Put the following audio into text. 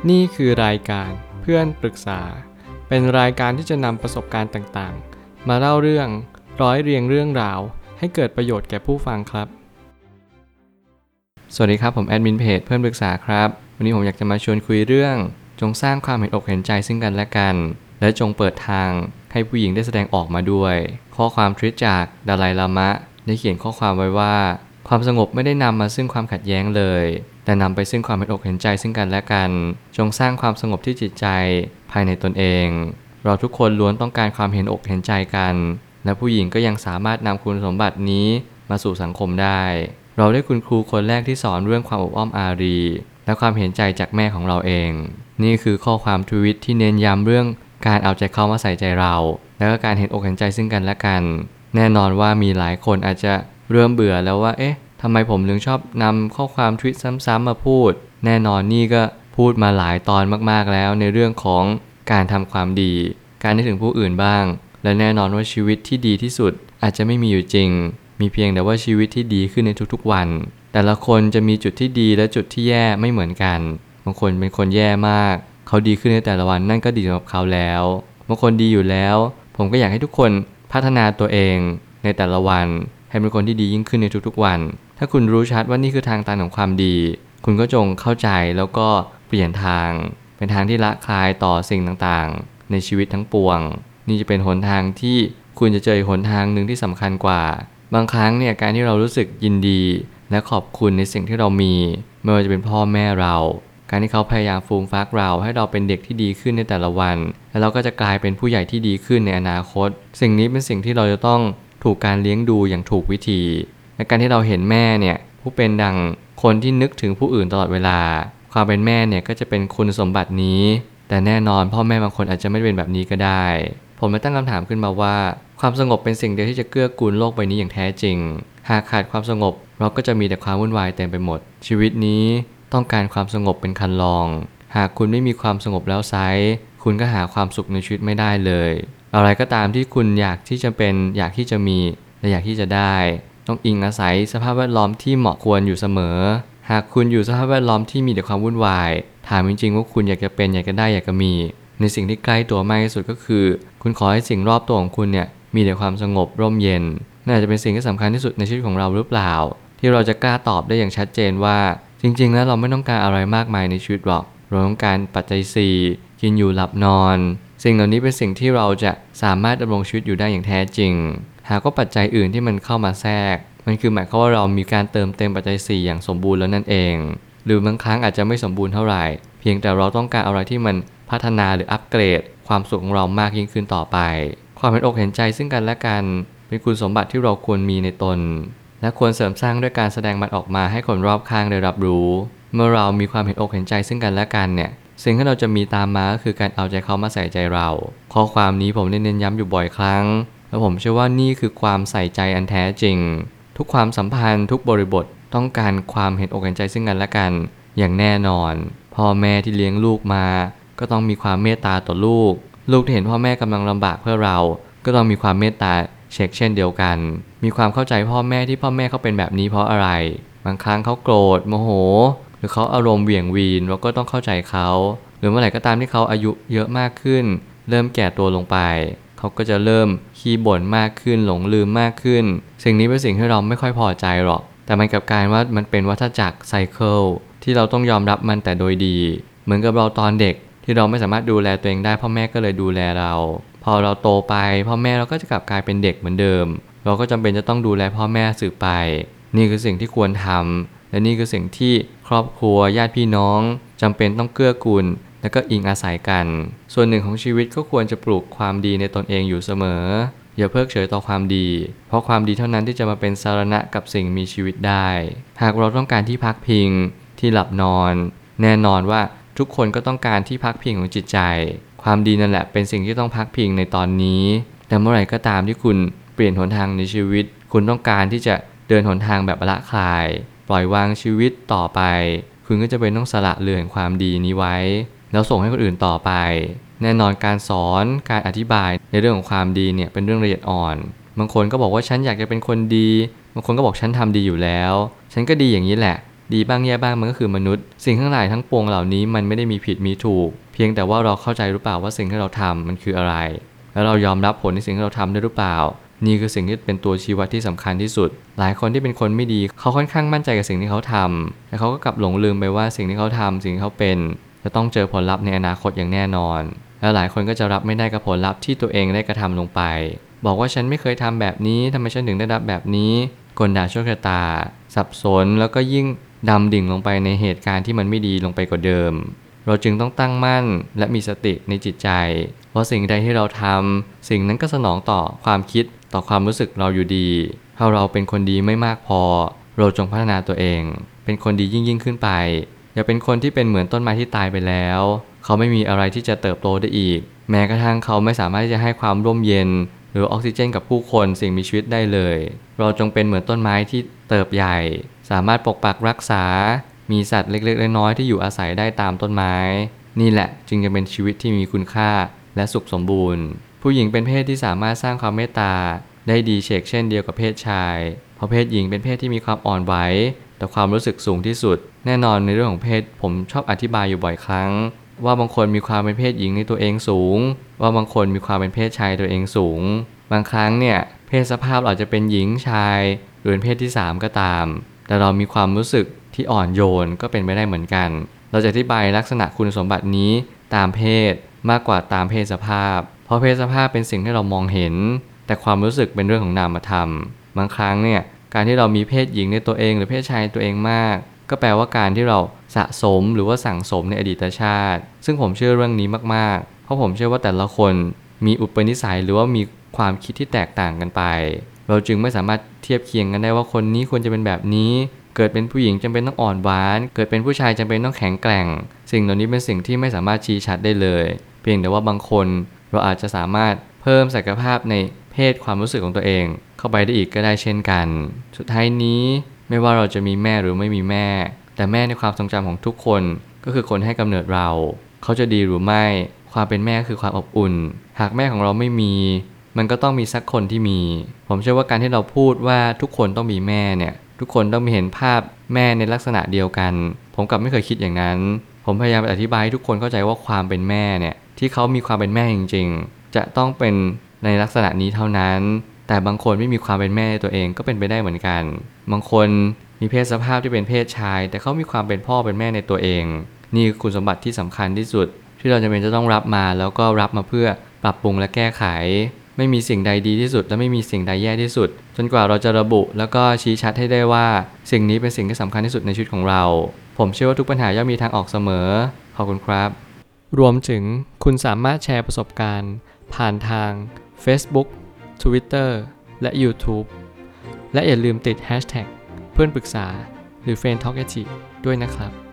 นี่คือรายการเพื่อนปรึกษาเป็นรายการที่จะนำประสบการณ์ต่างๆมาเล่าเรื่องร้อยเรียงเรื่องราวให้เกิดประโยชน์แก่ผู้ฟังครับสวัสดีครับผมแอดมินเพจเพื่อนปรึกษาครับวันนี้ผมอยากจะมาชวนคุยเรื่องจงสร้างความเห็นอกเห็นใจซึ่งกันและกันและจงเปิดทางให้ผู้หญิงได้แสดงออกมาด้วยข้อความทวิตจากดาไลลามะได้เขียนข้อความไว้ว่าความสงบไม่ได้นำมาซึ่งความขัดแย้งเลยแต่นำไปซึ่งความเห็นอกเห็นใจซึ่งกันและกันจงสร้างความสงบที่จิตใจภายในตนเองเราทุกคนล้วนต้องการความเห็นอกเห็นใจกันและผู้หญิงก็ยังสามารถนำคุณสมบัตินี้มาสู่สังคมได้เราได้คุณครูคนแรกที่สอนเรื่องความอบอ้อมอารีและความเห็นใจจากแม่ของเราเองนี่คือข้อความทวิตที่เน้นย้ำเรื่องการเอาใจเขามาใส่ใจเราและก็การเห็นอกเห็นใจซึ่งกันและกันแน่นอนว่ามีหลายคนอาจจะเริ่มเบื่อแล้วว่าทำไมผมถึงชอบนำข้อความทวิตซ้ำๆมาพูดแน่นอนนี่ก็พูดมาหลายตอนมากๆแล้วในเรื่องของการทำความดีการนึกถึงผู้อื่นบ้างและแน่นอนว่าชีวิตที่ดีที่สุดอาจจะไม่มีอยู่จริงมีเพียงแต่ว่าชีวิตที่ดีขึ้นในทุกๆวันแต่ละคนจะมีจุดที่ดีและจุดที่แย่ไม่เหมือนกันบางคนเป็นคนแย่มากเขาดีขึ้นในแต่ละวันนั่นก็ดีสำหรับเขาแล้วบางคนดีอยู่แล้วผมก็อยากให้ทุกคนพัฒนาตัวเองในแต่ละวันให้เป็นคนที่ดียิ่งขึ้นในทุกๆวันถ้าคุณรู้ชัดว่านี่คือทางตันของความดีคุณก็จงเข้าใจแล้วก็เปลี่ยนทางเป็นทางที่ละคลายต่อสิ่งต่างๆในชีวิตทั้งปวงนี่จะเป็นหนทางที่คุณจะเจออีกหนทางหนึ่งที่สำคัญกว่าบางครั้งเนี่ยการที่เรารู้สึกยินดีและขอบคุณในสิ่งที่เรามีไม่ว่าจะเป็นพ่อแม่เราการที่เขาพยายามฟูมฟักเราให้เราเป็นเด็กที่ดีขึ้นในแต่ละวันแล้วเราก็จะกลายเป็นผู้ใหญ่ที่ดีขึ้นในอนาคตสิ่งนี้เป็นสิ่งที่เราจะต้องถูกการเลี้ยงดูอย่างถูกวิธีและการที่เราเห็นแม่เนี่ยผู้เป็นดังคนที่นึกถึงผู้อื่นตลอดเวลาความเป็นแม่เนี่ยก็จะเป็นคุณสมบัตินี้แต่แน่นอนพ่อแม่บางคนอาจจะไม่เป็นแบบนี้ก็ได้ผมเลยตั้งคำถามขึ้นมาว่าความสงบเป็นสิ่งเดียวที่จะเกื้อกูลโลกใบนี้อย่างแท้จริงหากขาดความสงบเราก็จะมีแต่ความวุ่นวายเต็มไปหมดชีวิตนี้ต้องการความสงบเป็นคันลองหากคุณไม่มีความสงบแล้วไซร้คุณก็หาความสุขในชีวิตไม่ได้เลยอะไรก็ตามที่คุณอยากที่จะเป็นอยากที่จะมีและอยากที่จะได้ต้องอิงอาศัยสภาพแวดล้อมที่เหมาะควรอยู่เสมอหากคุณอยู่สภาพแวดล้อมที่มีแต่ความวุ่นวายถามจริงๆว่าคุณอยากจะเป็นอยากจะได้อยากจะมีในสิ่งที่ใกล้ตัวมากที่สุดก็คือคุณขอให้สิ่งรอบตัวของคุณเนี่ยมีแต่ความสงบร่มเย็นน่าจะเป็นสิ่งที่สำคัญที่สุดในชีวิตของเราหรือเปล่าที่เราจะกล้าตอบได้อย่างชัดเจนว่าจริงๆแล้วเราไม่ต้องการอะไรมากมายในชีวิตหรอกเราต้องการปัจจัย4กินอยู่หลับนอนสิ่งเหล่านี้เป็นสิ่งที่เราจะสามารถดำรงชีวิตอยู่ได้อย่างแท้จริงหากว่าปัจจัยอื่นที่มันเข้ามาแทรกมันคือหมายความว่าเรามีการเติมเต็มปัจจัย4อย่างสมบูรณ์แล้วนั่นเองหรือบางครั้งอาจจะไม่สมบูรณ์เท่าไหร่เพียงแต่เราต้องการอะไรที่มันพัฒนาหรืออัปเกรดความสุขของเรามากยิ่งขึ้นต่อไปความเห็นอกเห็นใจซึ่งกันและกันเป็นคุณสมบัติที่เราควรมีในตนและควรเสริมสร้างด้วยการแสดงมันออกมาให้คนรอบข้างได้รับรู้เมื่อเรามีความเห็นอกเห็นใจซึ่งกันและกันเนี่ยสิ่งที่เราจะมีตามมาก็คือการเอาใจเขามาใส่ใจเราข้อความนี้ผมได้เน้นย้ำอยู่บ่อยครั้งและผมเชื่อว่านี่คือความใส่ใจอันแท้จริงทุกความสัมพันธ์ทุกบริบทต้องการความเห็นอกเห็นใจซึ่งกันและกันอย่างแน่นอนพ่อแม่ที่เลี้ยงลูกมาก็ต้องมีความเมตตาต่อลูกที่เห็นพ่อแม่กำลังลำบากเพื่อเราก็ต้องมีความเมตตาเช่นเดียวกันมีความเข้าใจพ่อแม่ที่พ่อแม่เขาเป็นแบบนี้เพราะอะไรบางครั้งเขาโกรธโมโหหรือเขาอารมณ์เหวี่ยงวีนเราก็ต้องเข้าใจเขาหรือเมื่อไหร่ก็ตามที่เขาอายุเยอะมากขึ้นเริ่มแก่ตัวลงไปเขาก็จะเริ่มขี้บ่นมากขึ้นหลงลืมมากขึ้นสิ่งนี้เป็นสิ่งที่เราไม่ค่อยพอใจหรอกแต่มันกลับกลายว่ามันเป็นวัฏจักรไซเคิลที่เราต้องยอมรับมันแต่โดยดีเหมือนกับเราตอนเด็กที่เราไม่สามารถดูแลตัวเองได้พ่อแม่ก็เลยดูแลเราพอเราโตไปพ่อแม่เราก็จะกลับกลายเป็นเด็กเหมือนเดิมเราก็จำเป็นจะต้องดูแลพ่อแม่สืบไปนี่คือสิ่งที่ควรทำและนี่คือสิ่งที่ครอบครัวญาติพี่น้องจำเป็นต้องเกื้อกูลและก็อิงอาศัยกันส่วนหนึ่งของชีวิตก็ควรจะปลูกความดีในตนเองอยู่เสมออย่าเพิกเฉยต่อความดีเพราะความดีเท่านั้นที่จะมาเป็นสรณะกับสิ่งมีชีวิตได้หากเราต้องการที่พักพิงที่หลับนอนแน่นอนว่าทุกคนก็ต้องการที่พักพิงของจิตใจความดีนั่นแหละเป็นสิ่งที่ต้องพักพิงในตอนนี้แต่เมื่อไหร่ก็ตามที่คุณเปลี่ยนหนทางในชีวิตคุณต้องการที่จะเดินหนทางแบบละคลายปล่อยวางชีวิตต่อไปคุณก็จะเป็นต้องสละเรือแห่งความดีนี้ไว้แล้วส่งให้คนอื่นต่อไปแน่นอนการสอนการอธิบายในเรื่องของความดีเนี่ยเป็นเรื่องละเอียดอ่อนบางคนก็บอกว่าฉันอยากจะเป็นคนดีบางคนก็บอกฉันทำดีอยู่แล้วฉันก็ดีอย่างนี้แหละดีบ้างแย่บ้างมันก็คือมนุษย์สิ่งทั้งหลายทั้งปวงเหล่านี้มันไม่ได้มีผิดมีถูกเพียงแต่ว่าเราเข้าใจหรือเปล่าว่าสิ่งที่เราทำมันคืออะไรแล้วเรายอมรับผลในสิ่งที่เราทำได้หรือเปล่านี่คือสิ่งที่เป็นตัวชี้วัดที่สำคัญที่สุดหลายคนที่เป็นคนไม่ดีเขาค่อนข้างมั่นใจกับสิ่งที่เขาทำแต่เขาก็กลับหลงลืมไปว่าสิ่งที่เขาทำสิ่งที่เขาเป็นจะต้องเจอผลลัพธ์ในอนาคตอย่างแน่นอนและหลายคนก็จะรับไม่ได้กับผลลัพธ์ที่ตัวเองได้กระทำลงไปบอกว่าฉันไม่เคยทำแบบนี้ทำไมฉันถึงได้รับแบบนี้กลด่าโชคชะตาสับสนแล้วก็ยิ่งดำดิ่งลงไปในเหตุการณ์ที่มันไม่ดีลงไปกว่าเดิมเราจึงต้องตั้งมั่นและมีสติในจิตใจเพราะสิ่งใดที่เราทำสิ่งนั้นก็สนองต่อความคิดต่อความรู้สึกเราอยู่ดีถ้าเราเป็นคนดีไม่มากพอเราจงพัฒนาตัวเองเป็นคนดียิ่งขึ้นไปอย่าเป็นคนที่เป็นเหมือนต้นไม้ที่ตายไปแล้วเขาไม่มีอะไรที่จะเติบโตได้อีกแม้กระทั่งเขาไม่สามารถที่จะให้ความร่มเย็นหรือออกซิเจนกับผู้คนสิ่งมีชีวิตได้เลยเราจงเป็นเหมือนต้นไม้ที่เติบใหญ่สามารถปกปักรักษามีสัตว์เล็กๆน้อยๆที่อยู่อาศัยได้ตามต้นไม้นี่แหละจึงจะเป็นชีวิตที่มีคุณค่าและสุขสมบูรณ์ผู้หญิงเป็นเพศที่สามารถสร้างความเมตตาได้ดีเช่นเดียวกับเพศชายเพราะเพศหญิงเป็นเพศที่มีความอ่อนไหวต่อความรู้สึกสูงที่สุดแน่นอนในเรื่องของเพศผมชอบอธิบายอยู่บ่อยครั้งว่าบางคนมีความเป็นเพศหญิงในตัวเองสูงว่าบางคนมีความเป็นเพศชายตัวเองสูงบางครั้งเนี่ยเพศสภาพอาจจะเป็นหญิงชายหรือเป็นเพศที่3ก็ตามแต่เรามีความรู้สึกที่อ่อนโยนก็เป็นไปได้เหมือนกันเราจะอธิบายลักษณะคุณสมบัตินี้ตามเพศมากกว่าตามเพศสภาพเพราะเพศสภาพเป็นสิ่งที่เรามองเห็นแต่ความรู้สึกเป็นเรื่องของนามธรรมบางครั้งเนี่ยการที่เรามีเพศหญิงในตัวเองหรือเพศชายตัวเองมากก็แปลว่าการที่เราสะสมหรือว่าสั่งสมในอดีตชาติซึ่งผมเชื่อเรื่องนี้มากๆเพราะผมเชื่อว่าแต่ละคนมีอุปนิสัยหรือว่ามีความคิดที่แตกต่างกันไปเราจึงไม่สามารถเทียบเคียงกันได้ว่าคนนี้ควรจะเป็นแบบนี้เกิดเป็นผู้หญิงจำเป็นต้องอ่อนหวานเกิดเป็นผู้ชายจำเป็นต้องแข็งแกร่งสิ่งเหล่านี้เป็นสิ่งที่ไม่สามารถชี้ชัดได้เลยเพียงแต่ว่าบางคนเราอาจจะสามารถเพิ่มศักยภาพในเพศความรู้สึกของตัวเองเข้าไปได้อีกก็ได้เช่นกันสุดท้ายนี้ไม่ว่าเราจะมีแม่หรือไม่มีแม่แต่แม่ในความทรงจำของทุกคนก็คือคนให้กำเนิดเราเขาจะดีหรือไม่ความเป็นแม่คือความอบอุ่นหากแม่ของเราไม่มีมันก็ต้องมีสักคนที่มีผมเชื่อว่าการที่เราพูดว่าทุกคนต้องมีแม่เนี่ยทุกคนต้องมีเห็นภาพแม่ในลักษณะเดียวกันผมกลับไม่เคยคิดอย่างนั้นผมพยายามอธิบายให้ทุกคนเข้าใจว่าความเป็นแม่เนี่ยที่เขามีความเป็นแม่จริงๆจะต้องเป็นในลักษณะนี้เท่านั้นแต่บางคนไม่มีความเป็นแม่ในตัวเองก็เป็นไปได้เหมือนกันบางคนมีเพศสภาพที่เป็นเพศชายแต่เขามีความเป็นพ่อเป็นแม่ในตัวเองนี่คือคุณสมบัติที่สำคัญที่สุดที่เราจำเป็นจะต้องรับมาแล้วก็รับมาเพื่อปรับปรุงและแก้ไขไม่มีสิ่งใดดีที่สุดและไม่มีสิ่งใดแย่ที่สุดจนกว่าเราจะระบุแล้วก็ชี้ชัดให้ได้ว่าสิ่งนี้เป็นสิ่งที่สำคัญที่สุดในชีวิตของเราผมเชื่อว่าทุกปัญหาย่อมมีทางออกเสมอขอบคุณครับรวมถึงคุณสามารถแชร์ประสบการณ์ผ่านทาง Facebook Twitter และ YouTube และอย่าลืมติด Hashtag เพื่อนปรึกษาหรือ Friend Talk ด้วยนะครับ